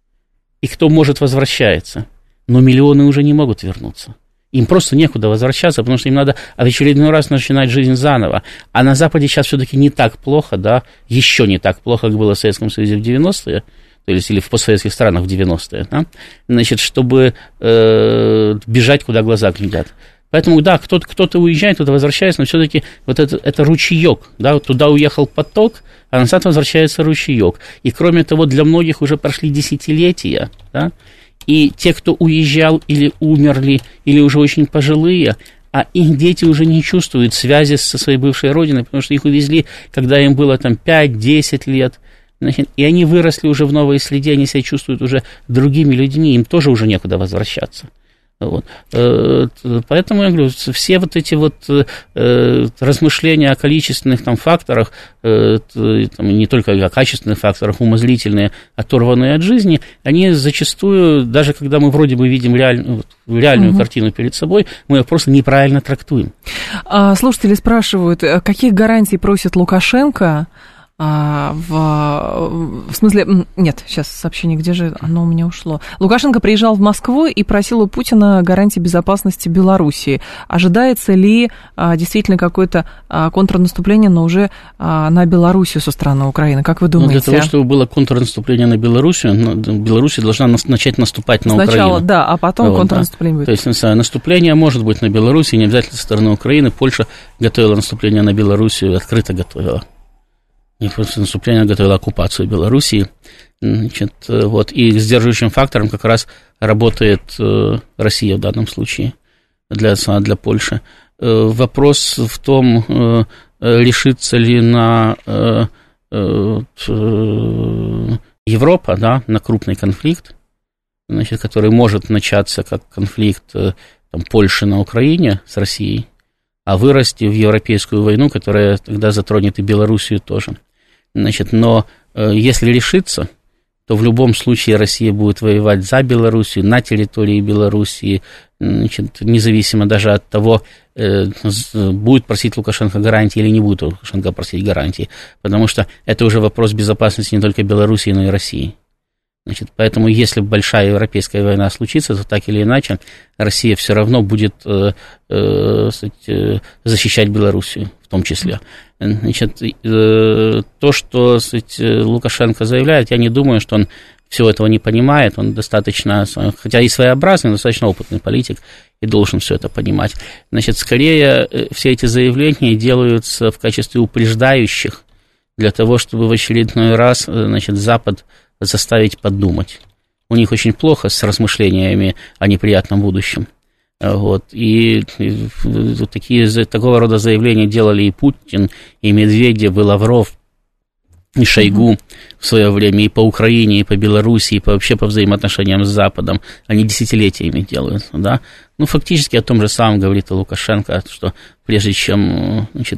И кто может, возвращается, но миллионы уже не могут вернуться. Им просто некуда возвращаться, потому что им надо в очередной раз начинать жизнь заново. А на Западе сейчас все-таки не так плохо, да, еще не так плохо, как было в Советском Союзе в девяностые, то есть или в постсоветских странах в девяностые, да? Значит, чтобы э, бежать, куда глаза глядят. Поэтому, да, кто-то, кто-то уезжает, кто-то возвращается, но все-таки вот это, это ручеек, да, вот туда уехал поток, а назад возвращается ручеек. И кроме того, для многих уже прошли десятилетия, да, и те, кто уезжал или умерли, или уже очень пожилые, а их дети уже не чувствуют связи со своей бывшей родиной, потому что их увезли, когда им было там пять-десять лет, значит, и они выросли уже в новой среде, они себя чувствуют уже другими людьми, им тоже уже некуда возвращаться. Вот. Поэтому я говорю, все вот эти вот размышления о количественных там факторах, там, не только о качественных факторах, умозрительные, оторванные от жизни, они зачастую, даже когда мы вроде бы видим реаль, реальную угу. картину перед собой, мы ее просто неправильно трактуем. Слушатели спрашивают, каких гарантий просит Лукашенко? А, в, в смысле, нет, сейчас сообщение, где же оно у меня ушло. Лукашенко приезжал в Москву и просил у Путина гарантии безопасности Белоруссии. Ожидается ли а, действительно какое-то а, контрнаступление, но уже а, на Белоруссию со стороны Украины? Как вы думаете? Ну, для того, чтобы было контрнаступление на Белоруссию, Белоруссия должна начать наступать на Сначала, Украину. Сначала, да, а потом вот, контрнаступление да. будет. То есть наступление может быть на Белоруссии, не обязательно со стороны Украины. Польша готовила наступление на Белоруссию, открыто готовила. Не просто наступление, готовила оккупацию Белоруссии. Значит, вот, и сдерживающим фактором как раз работает Россия в данном случае для, для Польши. Вопрос в том, решится ли на Европа, да, на крупный конфликт, значит, который может начаться как конфликт там, Польши на Украине с Россией, а вырасти в европейскую войну, которая тогда затронет и Белоруссию тоже. Значит, но э, если решится, то в любом случае Россия будет воевать за Белоруссию, на территории Белоруссии, значит, независимо даже от того, э, будет просить Лукашенко гарантии или не будет Лукашенко просить гарантии, потому что это уже вопрос безопасности не только Белоруссии, но и России. Значит, поэтому, если большая европейская война случится, то так или иначе Россия все равно будет э, э, защищать Белоруссию в том числе. Значит, э, то, что сказать, Лукашенко заявляет, я не думаю, что он всего этого не понимает. Он достаточно, хотя и своеобразный, но достаточно опытный политик и должен все это понимать. Значит, скорее все эти заявления делаются в качестве упреждающих для того, чтобы в очередной раз, значит, Запад заставить подумать. У них очень плохо с размышлениями о неприятном будущем. Вот. И, и такие, такого рода заявления делали и Путин, и Медведев, и Лавров, и Шойгу uh-huh. в в свое время и по Украине, и по Белоруссии, и по, вообще по взаимоотношениям с Западом, они десятилетиями делают, да. Ну, фактически о том же самом говорит и Лукашенко, что прежде чем, значит,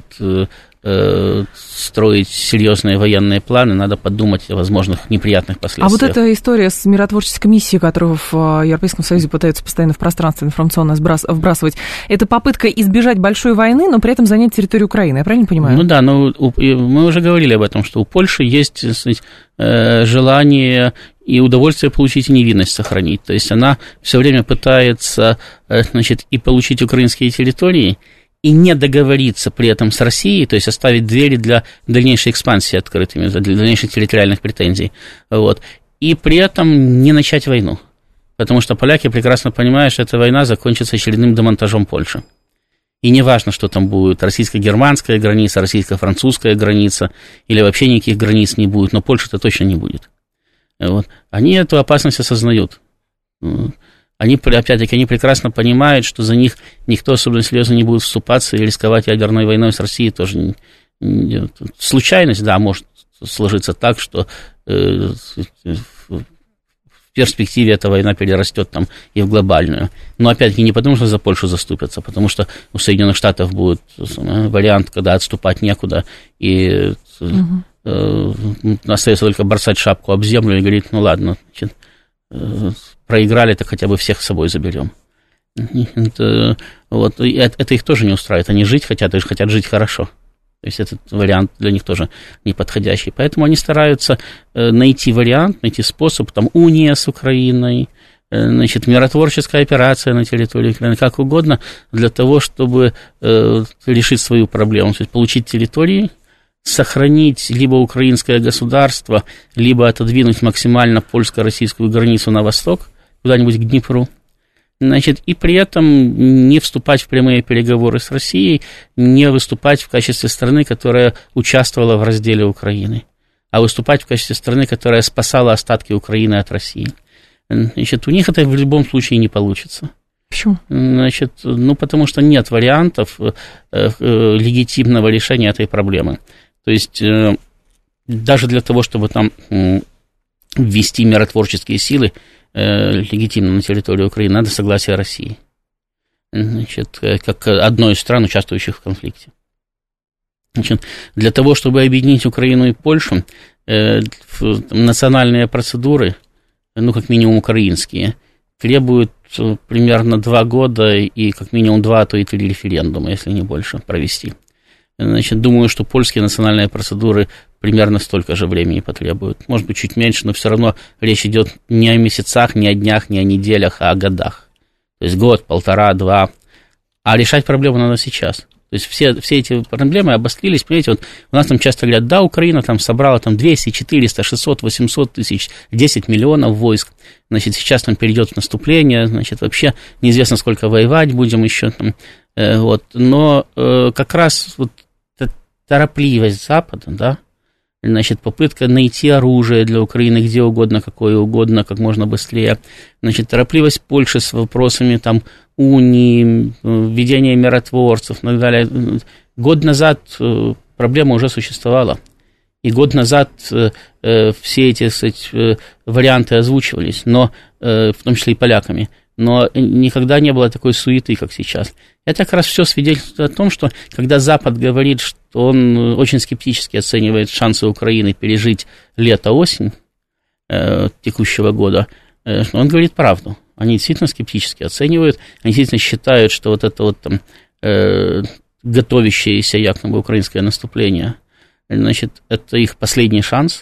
строить серьезные военные планы, надо подумать о возможных неприятных последствиях. А вот эта история с миротворческой миссией, которую в Европейском Союзе пытаются постоянно в пространство информационно вбрасывать, это попытка избежать большой войны, но при этом занять территорию Украины, я правильно понимаю? Ну да, но мы уже говорили об этом, что у Польши есть, сказать, желание и удовольствие получить, и невинность сохранить. То есть она все время пытается, значит, и получить украинские территории, и не договориться при этом с Россией, то есть оставить двери для дальнейшей экспансии открытыми, для дальнейших территориальных претензий, вот, и при этом не начать войну, потому что поляки прекрасно понимают, что эта война закончится очередным демонтажом Польши. И не важно, что там будет российско-германская граница, российско-французская граница, или вообще никаких границ не будет, но Польши-то точно не будет. Вот. Они эту опасность осознают. Они, опять-таки, они прекрасно понимают, что за них никто особенно серьезно не будет вступаться и рисковать ядерной войной с Россией тоже не, не, случайность, да, может сложиться так, что э, в перспективе эта война перерастет там и в глобальную. Но, опять-таки, не потому, что за Польшу заступятся, потому что у Соединенных Штатов будет вариант, когда отступать некуда, и угу. э, остается только бросать шапку об землю и говорить, ну ладно, значит, проиграли, так хотя бы всех с собой заберем. Это, вот, это их тоже не устраивает. Они жить хотят, и хотят жить хорошо. То есть этот вариант для них тоже неподходящий. Поэтому они стараются найти вариант, найти способ, там, уния с Украиной, значит, миротворческая операция на территории Украины, как угодно, для того, чтобы э, решить свою проблему, то есть получить территории, сохранить либо украинское государство, либо отодвинуть максимально польско-российскую границу на восток, куда-нибудь к Днепру, значит, и при этом не вступать в прямые переговоры с Россией, не выступать в качестве страны, которая участвовала в разделе Украины, а выступать в качестве страны, которая спасала остатки Украины от России. Значит, у них это в любом случае не получится. Почему? Значит, ну, потому что нет вариантов э, э, легитимного решения этой проблемы. То есть, э, даже для того, чтобы там э, ввести миротворческие силы э, легитимно на территорию Украины, надо согласие России. Значит, как одной из стран, участвующих в конфликте. Значит, для того, чтобы объединить Украину и Польшу, э, национальные процедуры, ну, как минимум украинские, требуют примерно два года и как минимум два, а то и три референдума, если не больше, провести. Значит, думаю, что польские национальные процедуры примерно столько же времени потребуют. Может быть, чуть меньше, но все равно речь идет не о месяцах, не о днях, не о неделях, а о годах. То есть год, полтора, два. А решать проблему надо сейчас. То есть все, все эти проблемы обострились, понимаете, вот у нас там часто говорят, да, Украина там собрала там двести, четыреста, шестьсот, восемьсот тысяч, десять миллионов войск, значит, сейчас там перейдет в наступление, значит, вообще неизвестно, сколько воевать будем еще там, э, вот, но э, как раз вот торопливость Запада, да, значит, попытка найти оружие для Украины где угодно, какое угодно, как можно быстрее, значит, торопливость Польши с вопросами там унии, введения миротворцев и так далее. Год назад проблема уже существовала, и год назад все эти, кстати, варианты озвучивались, но, в том числе и поляками, но никогда не было такой суеты, как сейчас. Это как раз все свидетельствует о том, что когда Запад говорит, что он очень скептически оценивает шансы Украины пережить лето-осень э, текущего года, э, он говорит правду. Они действительно скептически оценивают, они действительно считают, что вот это вот там э, готовящееся якобы украинское наступление, значит, это их последний шанс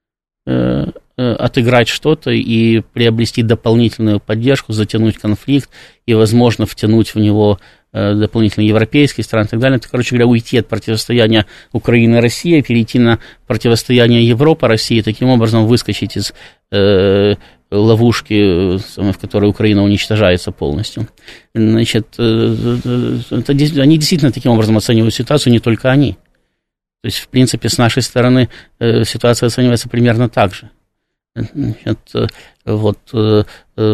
э, отыграть что-то и приобрести дополнительную поддержку, затянуть конфликт и, возможно, втянуть в него дополнительные европейские страны и так далее. Это, короче говоря, уйти от противостояния Украины и России, перейти на противостояние Европа-России, таким образом выскочить из э, ловушки, в которой Украина уничтожается полностью. Значит, э, это, они действительно таким образом оценивают ситуацию, не только они. То есть, в принципе, с нашей стороны э, ситуация оценивается примерно так же. Значит, вот, э,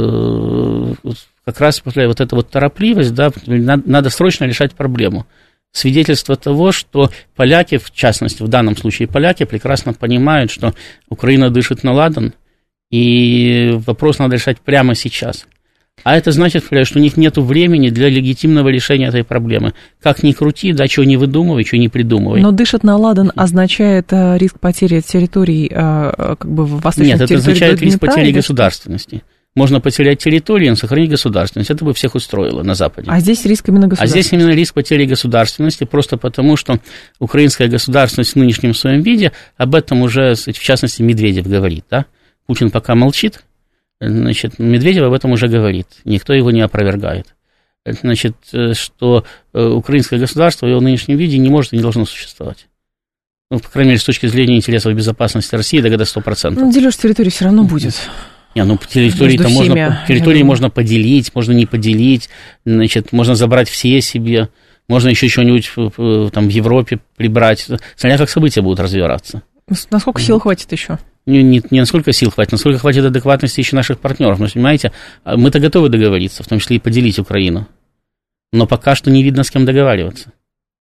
э, как раз вот эта вот торопливость, да, надо, надо срочно решать проблему. свидетельство того, что поляки, в частности, в данном случае поляки, прекрасно понимают, что Украина дышит на ладан, и вопрос надо решать прямо сейчас. А это значит, что у них нет времени для легитимного решения этой проблемы. Как ни крути, да, чего не выдумывай, чего не придумывай. Но дышит на ладан означает э, риск потери территорий, э, как бы в восточной территории. Нет, это означает риск потери или... государственности. Можно потерять территорию, но сохранить государственность. Это бы всех устроило на Западе. А здесь риск именно государственности? А здесь именно риск потери государственности, просто потому, что украинская государственность в нынешнем своем виде, об этом уже, в частности, Медведев говорит, да? Путин пока молчит, значит, Медведев об этом уже говорит, никто его не опровергает. Значит, что украинское государство в его нынешнем виде не может и не должно существовать. Ну, по крайней мере, с точки зрения интересов безопасности России, да, до сто процентов. Ну, дележ территории все равно будет. Не, ну, территории-то можно, территории можно поделить, можно не поделить, значит, можно забрать все себе, можно еще что-нибудь там в Европе прибрать, смотря как события будут развиваться. Насколько сил хватит еще? Не, не, не насколько сил хватит, насколько хватит адекватности еще наших партнеров. Но, понимаете, мы-то готовы договориться, в том числе и поделить Украину. Но пока что не видно, с кем договариваться.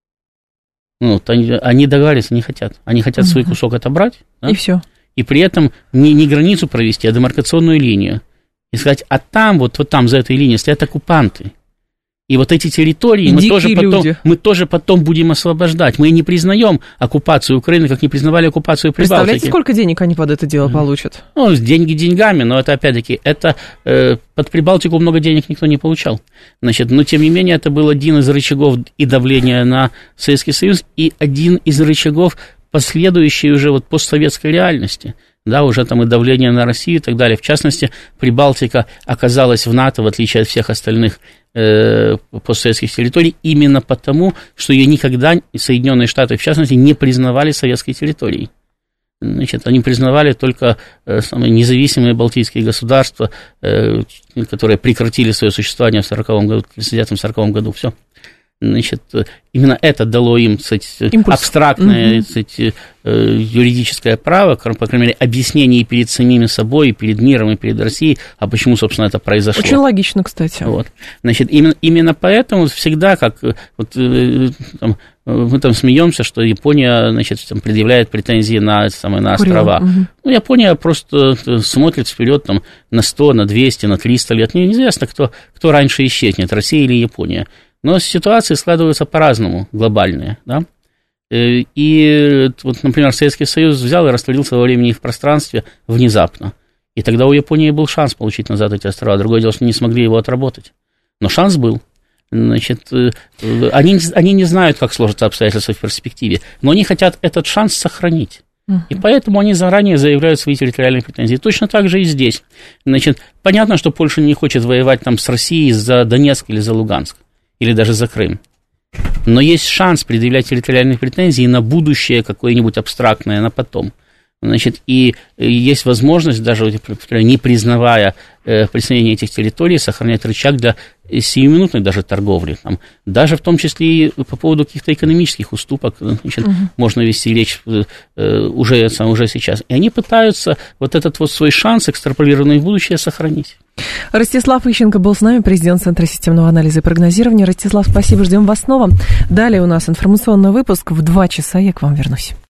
Ну, они, они договариваться не хотят. Они хотят свой кусок отобрать. Да? И все. И при этом не, не границу провести, а демаркационную линию. И сказать, а там, вот, вот там, за этой линией, стоят оккупанты. И вот эти территории мы тоже, потом, мы тоже потом будем освобождать. Мы не признаем оккупацию Украины, как не признавали оккупацию Прибалтики. Представляете, сколько денег они под это дело получат? Ну, деньги деньгами, но это, опять-таки, это э, под Прибалтику много денег никто не получал. Значит, но, тем не менее, это был один из рычагов и давления на Советский Союз, и один из рычагов последующей уже вот постсоветской реальности. Да, уже там и давление на Россию и так далее. В частности, Прибалтика оказалась в НАТО, в отличие от всех остальных э, постсоветских территорий, именно потому, что ее никогда Соединенные Штаты, в частности, не признавали советской территорией. Значит, они признавали только э, самые независимые балтийские государства, э, которые прекратили свое существование в сороковом году, в тысяча девятьсот сороковом году. Все. Значит, именно это дало им, кстати, абстрактное, mm-hmm. кстати, юридическое право, по крайней мере, объяснение и перед самими собой, и перед миром, и перед Россией, а почему, собственно, это произошло. Очень логично, кстати. Вот. Значит, именно, именно поэтому всегда, как вот, там, мы там смеемся, что Япония, значит, там, предъявляет претензии на, самое, на острова. Mm-hmm. Ну, Япония просто смотрит вперед там, на сто, на двести, на триста лет. Неизвестно, кто, кто раньше исчезнет, Россия или Япония. Но ситуации складываются по-разному, глобальные, да. И, вот, например, Советский Союз взял и растворился во времени и в пространстве внезапно. И тогда у Японии был шанс получить назад эти острова. Другое дело, что не смогли его отработать. Но шанс был. Значит, они, они не знают, как сложатся обстоятельства в перспективе, но они хотят этот шанс сохранить. И поэтому они заранее заявляют свои территориальные претензии. Точно так же и здесь. Значит, понятно, что Польша не хочет воевать там с Россией за Донецк или за Луганск. Или даже за Крым. Но есть шанс предъявлять территориальные претензии на будущее какое-нибудь абстрактное, на потом. Значит, и есть возможность, даже не признавая э, присоединение этих территорий, сохранять рычаг для сиюминутной даже торговли. Там, даже в том числе и по поводу каких-то экономических уступок, значит, угу. можно вести речь э, уже, уже сейчас. И они пытаются вот этот вот свой шанс, экстраполированный в будущее, сохранить. Ростислав Ищенко был с нами, президент Центра системного анализа и прогнозирования. Ростислав, спасибо, ждем вас снова. Далее у нас информационный выпуск. В два часа я к вам вернусь.